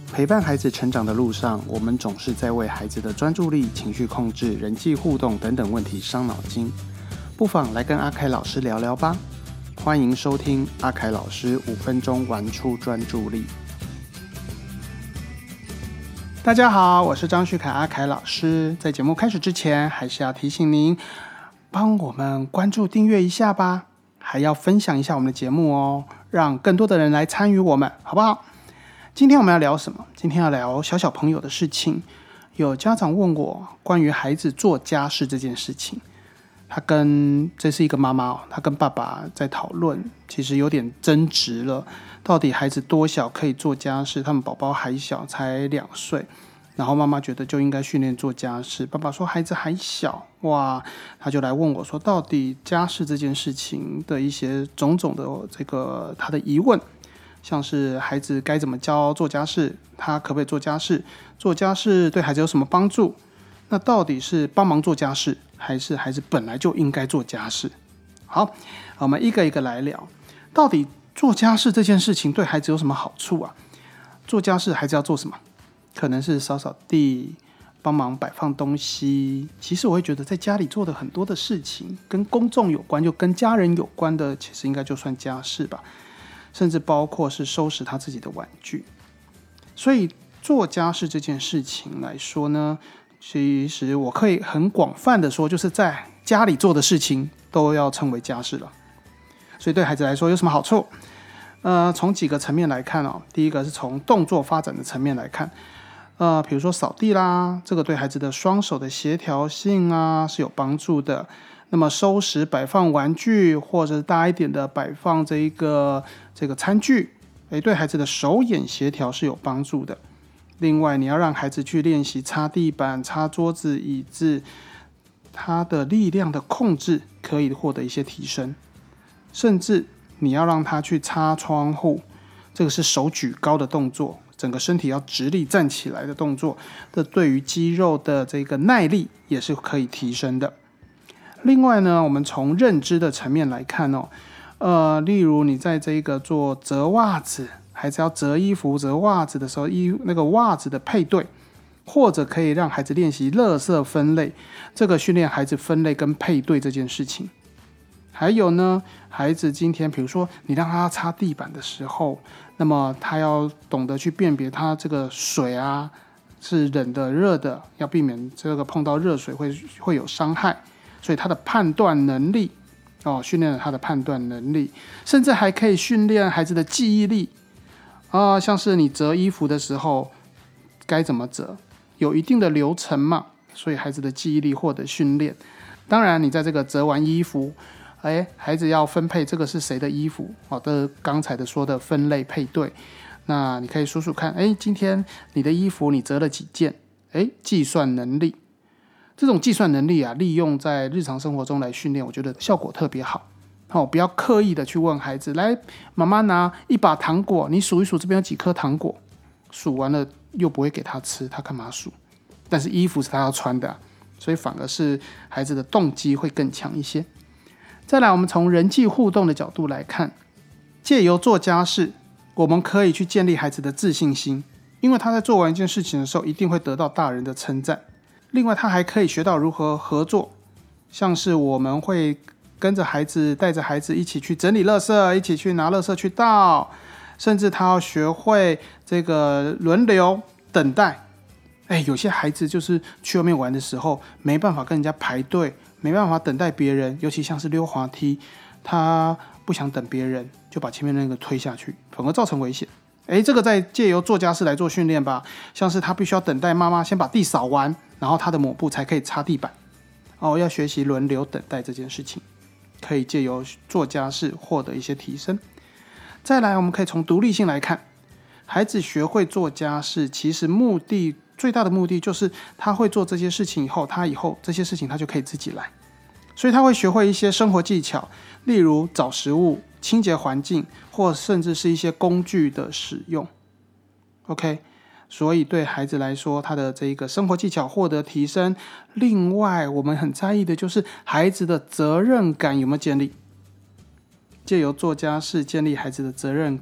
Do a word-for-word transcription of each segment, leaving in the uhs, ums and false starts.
陪伴孩子成长的路上，我们总是在为孩子的专注力、情绪控制、人际互动等等问题伤脑筋。不妨来跟阿凯老师聊聊吧。欢迎收听阿凯老师五分钟玩出专注力。大家好，我是张旭凯阿凯老师。在节目开始之前，还是要提醒您，帮我们关注订阅一下吧，还要分享一下我们的节目哦，让更多的人来参与我们，好不好？今天我们要聊什么？今天要聊小小朋友的事情。有家长问我关于孩子做家事这件事情，他跟这是一个妈妈哦，他跟爸爸在讨论，其实有点争执了。到底孩子多小可以做家事？他们宝宝还小，才两岁，然后妈妈觉得就应该训练做家事。爸爸说孩子还小，哇，他就来问我说，到底家事这件事情的一些种种的这个他的疑问。像是孩子该怎么教做家事，他可不可以做家事，做家事对孩子有什么帮助，那到底是帮忙做家事，还是孩子本来就应该做家事？好，我们一个一个来聊，到底做家事这件事情对孩子有什么好处啊？做家事孩子要做什么？可能是扫扫地，帮忙摆放东西。其实我会觉得在家里做的很多的事情跟公众有关，就跟家人有关的，其实应该就算家事吧。甚至包括是收拾他自己的玩具。所以做家事这件事情来说呢，其实我可以很广泛的说，就是在家里做的事情都要称为家事了。所以对孩子来说有什么好处？呃，从几个层面来看哦，第一个是从动作发展的层面来看，呃，比如说扫地啦，这个对孩子的双手的协调性啊是有帮助的。那么收拾摆放玩具，或者大一点的摆放这一个这个餐具，诶，对孩子的手眼协调是有帮助的。另外，你要让孩子去练习擦地板、擦桌子、椅子，他的力量的控制可以获得一些提升。甚至你要让他去擦窗户，这个是手举高的动作，整个身体要直立站起来的动作，这对于肌肉的这个耐力也是可以提升的。另外呢，我们从认知的层面来看哦，呃，例如你在这个做折袜子，孩子要折衣服、折袜子的时候，衣那个袜子的配对，或者可以让孩子练习垃圾分类，这个训练孩子分类跟配对这件事情。还有呢，孩子今天比如说你让他擦地板的时候，那么他要懂得去辨别他这个水啊是冷的、热的，要避免这个碰到热水会会有伤害。所以他的判断能力哦，训练了他的判断能力，甚至还可以训练孩子的记忆力啊、呃。像是你折衣服的时候该怎么折，有一定的流程嘛，所以孩子的记忆力获得训练。当然，你在这个折完衣服，哎，孩子要分配这个是谁的衣服，好的，刚才的说的分类配对，那你可以数数看，哎，今天你的衣服你折了几件？哎，计算能力。这种计算能力啊，利用在日常生活中来训练，我觉得效果特别好。哦，不要刻意的去问孩子，来，妈妈拿一把糖果，你数一数这边有几颗糖果，数完了又不会给他吃，他干嘛数？但是衣服是他要穿的、啊，所以反而是孩子的动机会更强一些。再来，我们从人际互动的角度来看，借由做家事，我们可以去建立孩子的自信心，因为他在做完一件事情的时候，一定会得到大人的称赞。另外，他还可以学到如何合作，像是我们会跟着孩子，带着孩子一起去整理垃圾，一起去拿垃圾去倒，甚至他要学会这个轮流等待。哎，有些孩子就是去外面玩的时候，没办法跟人家排队，没办法等待别人，尤其像是溜滑梯，他不想等别人，就把前面那个推下去，反而造成危险。哎，这个再借由做家事来做训练吧，像是他必须要等待妈妈先把地扫完，然后他的抹布才可以擦地板。哦，要学习轮流等待这件事情，可以借由做家事获得一些提升。再来，我们可以从独立性来看，孩子学会做家事，其实目的最大的目的就是他会做这些事情以后，他以后这些事情他就可以自己来，所以他会学会一些生活技巧，例如找食物、清洁环境，或甚至是一些工具的使用。 OK， 所以对孩子来说，他的这个生活技巧获得提升。另外我们很在意的就是孩子的责任感有没有建立，借由做家事建立孩子的责任感，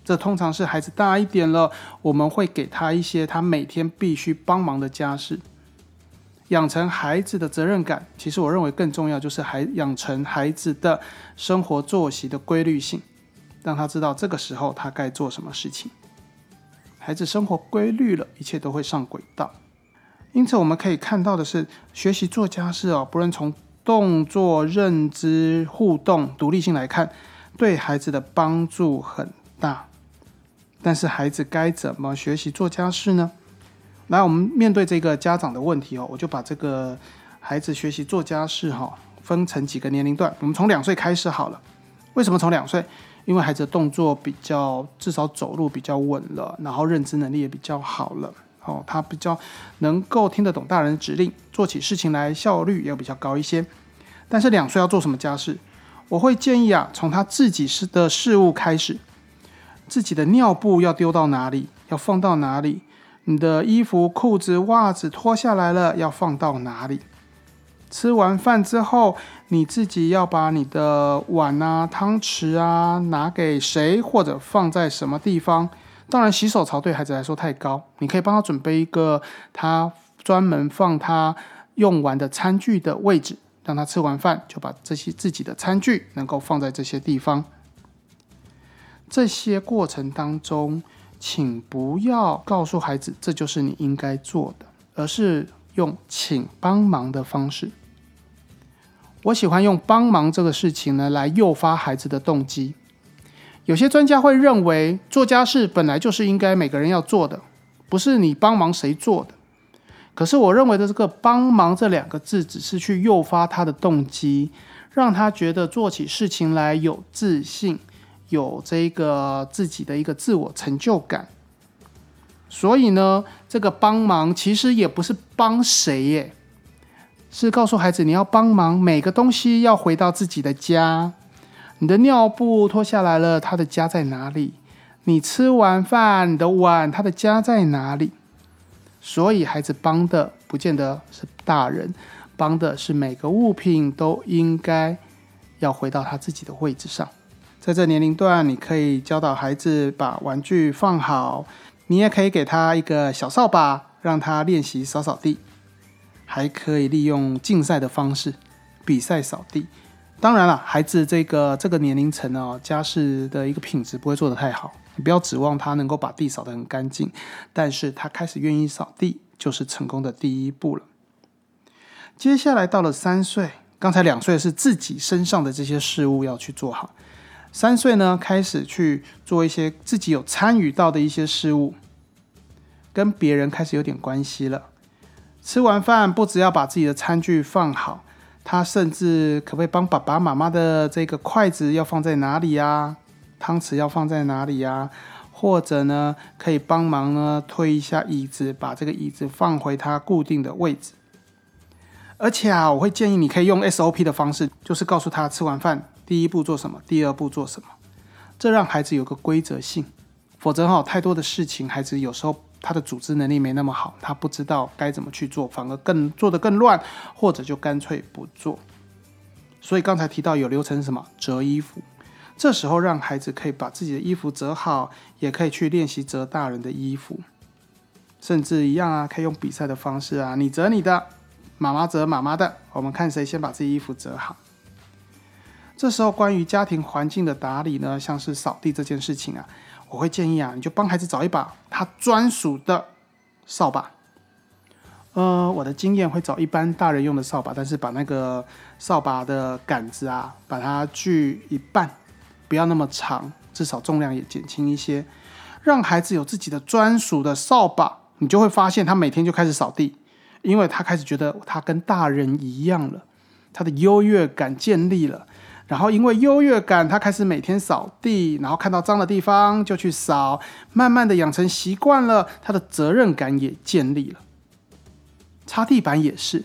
这通常是孩子大一点了，我们会给他一些他每天必须帮忙的家事，养成孩子的责任感。其实我认为更重要就是孩养成孩子的生活作息的规律性，让他知道这个时候他该做什么事情。孩子生活规律了，一切都会上轨道。因此我们可以看到的是，学习做家事哦，不论从动作、认知、互动、独立性来看，对孩子的帮助很大。但是孩子该怎么学习做家事呢？来，我们面对这个家长的问题哦，我就把这个孩子学习做家事哦，分成几个年龄段。我们从两岁开始好了。为什么从两岁？因为孩子的动作比较，至少走路比较稳了，然后认知能力也比较好了。哦，他比较能够听得懂大人的指令，做起事情来效率也比较高一些。但是两岁要做什么家事？我会建议啊，从他自己的事物开始。自己的尿布要丢到哪里，要放到哪里，你的衣服、裤子、袜子脱下来了要放到哪里，吃完饭之后你自己要把你的碗啊、汤匙啊拿给谁，或者放在什么地方。当然洗手槽对孩子来说太高，你可以帮他准备一个他专门放他用完的餐具的位置，让他吃完饭就把这些自己的餐具能够放在这些地方。这些过程当中，请不要告诉孩子这就是你应该做的，而是用请帮忙的方式。我喜欢用帮忙这个事情呢，来诱发孩子的动机。有些专家会认为，做家事本来就是应该每个人要做的，不是你帮忙谁做的。可是我认为的这个帮忙这两个字，只是去诱发他的动机，让他觉得做起事情来有自信，有这个自己的一个自我成就感。所以呢，这个帮忙其实也不是帮谁耶，是告诉孩子你要帮忙，每个东西要回到自己的家。你的尿布脱下来了，他的家在哪里？你吃完饭，你的碗，他的家在哪里？所以孩子帮的不见得是大人，帮的是每个物品都应该要回到他自己的位置上。在这年龄段，你可以教导孩子把玩具放好，你也可以给他一个小扫把，让他练习扫扫地，还可以利用竞赛的方式比赛扫地。当然了，孩子这个这个年龄层哦，家事的一个品质不会做得太好，你不要指望他能够把地扫得很干净，但是他开始愿意扫地，就是成功的第一步了。接下来到了三岁，刚才两岁是自己身上的这些事物要去做好，三岁呢开始去做一些自己有参与到的一些事物，跟别人开始有点关系了。吃完饭不只要把自己的餐具放好，他甚至可不可以帮爸爸妈妈的这个筷子要放在哪里啊？汤匙要放在哪里啊？或者呢，可以帮忙呢推一下椅子，把这个椅子放回它固定的位置。而且啊，我会建议你可以用 S O P 的方式，就是告诉他吃完饭第一步做什么，第二步做什么，这让孩子有个规则性。否则哈，太多的事情，孩子有时候他的组织能力没那么好，他不知道该怎么去做，反而更做得更乱，或者就干脆不做。所以刚才提到有流程是什么？折衣服。这时候让孩子可以把自己的衣服折好，也可以去练习折大人的衣服，甚至一样啊，可以用比赛的方式啊，你折你的，妈妈折妈妈的，我们看谁先把自己衣服折好。这时候关于家庭环境的打理呢，像是扫地这件事情啊，我会建议啊，你就帮孩子找一把他专属的扫把。呃，我的经验会找一般大人用的扫把，但是把那个扫把的杆子啊，把它锯一半，不要那么长，至少重量也减轻一些，让孩子有自己的专属的扫把，你就会发现他每天就开始扫地，因为他开始觉得他跟大人一样了，他的优越感建立了。然后因为优越感，他开始每天扫地，然后看到脏的地方就去扫，慢慢的养成习惯了，他的责任感也建立了。擦地板也是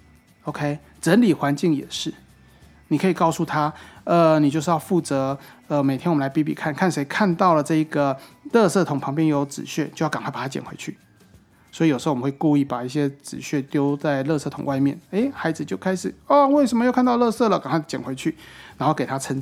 OK， 整理环境也是，你可以告诉他呃，你就是要负责呃，每天我们来比比看看谁看到了这个垃圾桶旁边有纸屑，就要赶快把它捡回去。所以有时候我们会故意把一些纸屑丢在垃圾桶外面，诶，孩子就开始哦，为什么又看到垃圾了？赶快捡回去，然后给他称赞。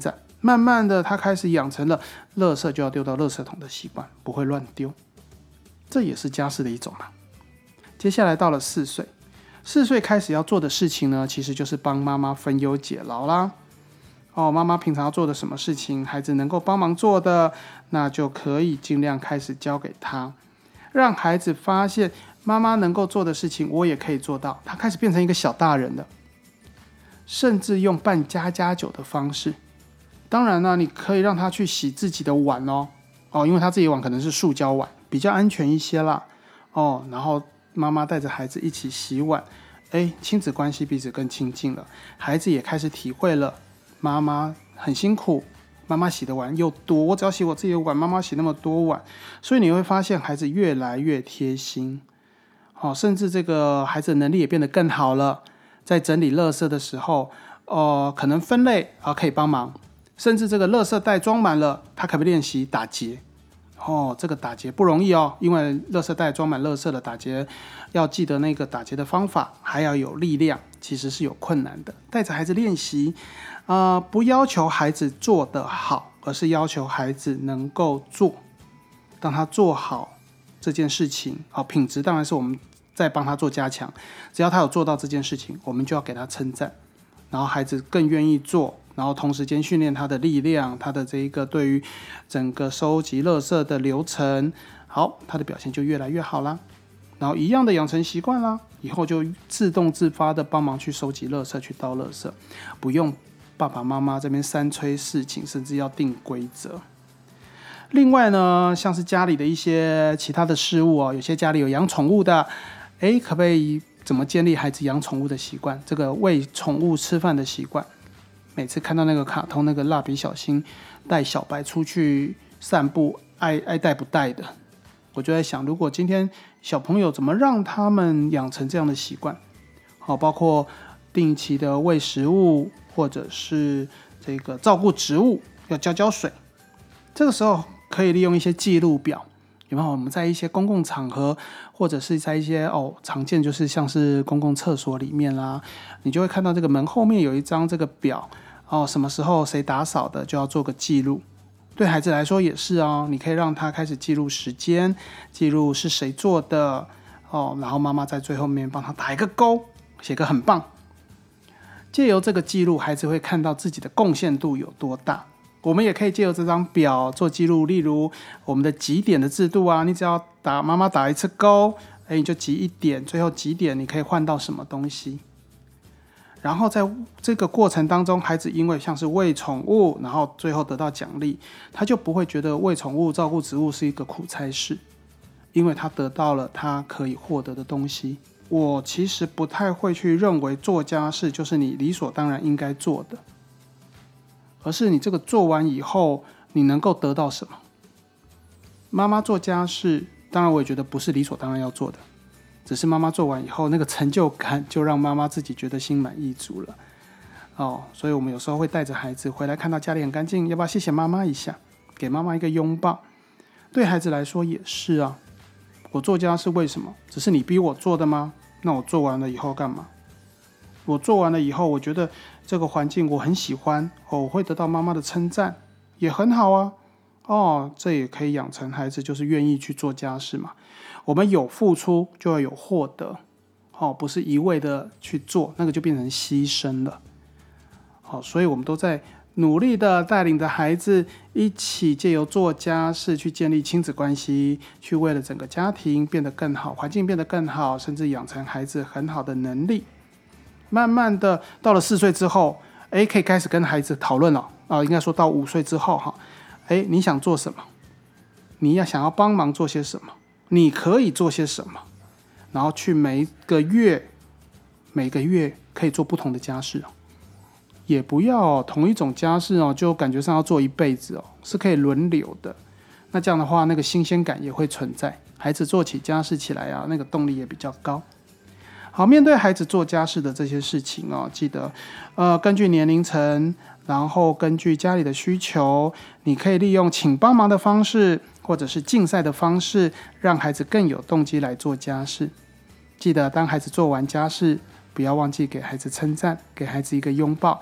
慢慢的他开始养成了垃圾就要丢到垃圾桶的习惯，不会乱丢，这也是家事的一种嘛。接下来到了四岁，四岁开始要做的事情呢，其实就是帮妈妈分忧解劳啦。哦，妈妈平常要做的什么事情，孩子能够帮忙做的，那就可以尽量开始教给他，让孩子发现妈妈能够做的事情，我也可以做到。他开始变成一个小大人了，甚至用扮家家酒的方式。当然呢，你可以让他去洗自己的碗哦，哦，因为他自己的碗可能是塑胶碗，比较安全一些啦。哦，然后妈妈带着孩子一起洗碗，哎，亲子关系彼此更亲近了，孩子也开始体会了妈妈很辛苦，妈妈洗的碗又多，我只要洗我自己的碗，妈妈洗那么多碗，所以你会发现孩子越来越贴心。哦，甚至这个孩子的能力也变得更好了，在整理垃圾的时候，呃，可能分类啊可以帮忙，甚至这个垃圾袋装满了，他可不可以练习打结？哦，这个打结不容易哦，因为垃圾袋装满垃圾的打结，要记得那个打结的方法，还要有力量，其实是有困难的。带着孩子练习，呃，不要求孩子做得好，而是要求孩子能够做。当他做好这件事情，哦，品质当然是我们在帮他做加强。只要他有做到这件事情，我们就要给他称赞，然后孩子更愿意做。然后同时间训练他的力量，他的这一个对于整个收集垃圾的流程，好，他的表现就越来越好啦。然后一样的养成习惯啦，以后就自动自发的帮忙去收集垃圾，去倒垃圾，不用爸爸妈妈这边三催四请，甚至要定规则。另外呢，像是家里的一些其他的事物哦，有些家里有养宠物的，哎，可不可以怎么建立孩子养宠物的习惯？这个喂宠物吃饭的习惯。每次看到那个卡通，那个蜡笔小新带小白出去散步，爱爱带不带的，我就在想，如果今天小朋友怎么让他们养成这样的习惯？好，包括定期的喂食物，或者是这个照顾植物，要浇浇水。这个时候可以利用一些记录表，有没有？我们在一些公共场合，或者是在一些哦常见就是像是公共厕所里面啦，你就会看到这个门后面有一张这个表。哦，什么时候谁打扫的就要做个记录，对孩子来说也是哦。你可以让他开始记录时间，记录是谁做的哦，然后妈妈在最后面帮他打一个勾，写个很棒。借由这个记录，孩子会看到自己的贡献度有多大。我们也可以借由这张表做记录，例如我们的集点的制度啊，你只要打妈妈打一次勾，哎，你就集一点，最后几点你可以换到什么东西。然后在这个过程当中，孩子因为像是喂宠物，然后最后得到奖励，他就不会觉得喂宠物、照顾植物是一个苦差事，因为他得到了他可以获得的东西。我其实不太会去认为做家事就是你理所当然应该做的，而是你这个做完以后，你能够得到什么？妈妈做家事，当然我也觉得不是理所当然要做的。只是妈妈做完以后，那个成就感就让妈妈自己觉得心满意足了。哦，所以我们有时候会带着孩子回来，看到家里很干净，要不要谢谢妈妈一下，给妈妈一个拥抱？对孩子来说也是啊。我做家是为什么？只是你逼我做的吗？那我做完了以后干嘛？我做完了以后，我觉得这个环境我很喜欢，哦，我会得到妈妈的称赞，也很好啊。哦，这也可以养成孩子就是愿意去做家事嘛。我们有付出就要有获得，哦，不是一味的去做，那个就变成牺牲了。好，所以我们都在努力的带领着孩子一起借由做家事去建立亲子关系，去为了整个家庭变得更好，环境变得更好，甚至养成孩子很好的能力。慢慢的到了四岁之后，哎，可以开始跟孩子讨论了啊，应该说到五岁之后哈，哎，你想做什么？你要想要帮忙做些什么？你可以做些什么？然后去每个月每个月可以做不同的家事，也不要同一种家事哦，就感觉上要做一辈子哦，是可以轮流的。那这样的话，那个新鲜感也会存在，孩子做起家事起来啊，那个动力也比较高。好，面对孩子做家事的这些事情哦，记得呃根据年龄层，然后根据家里的需求，你可以利用请帮忙的方式，或者是竞赛的方式，让孩子更有动机来做家事。记得当孩子做完家事，不要忘记给孩子称赞，给孩子一个拥抱，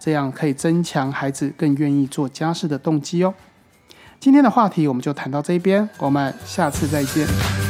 这样可以增强孩子更愿意做家事的动机哦。今天的话题我们就谈到这边，我们下次再见。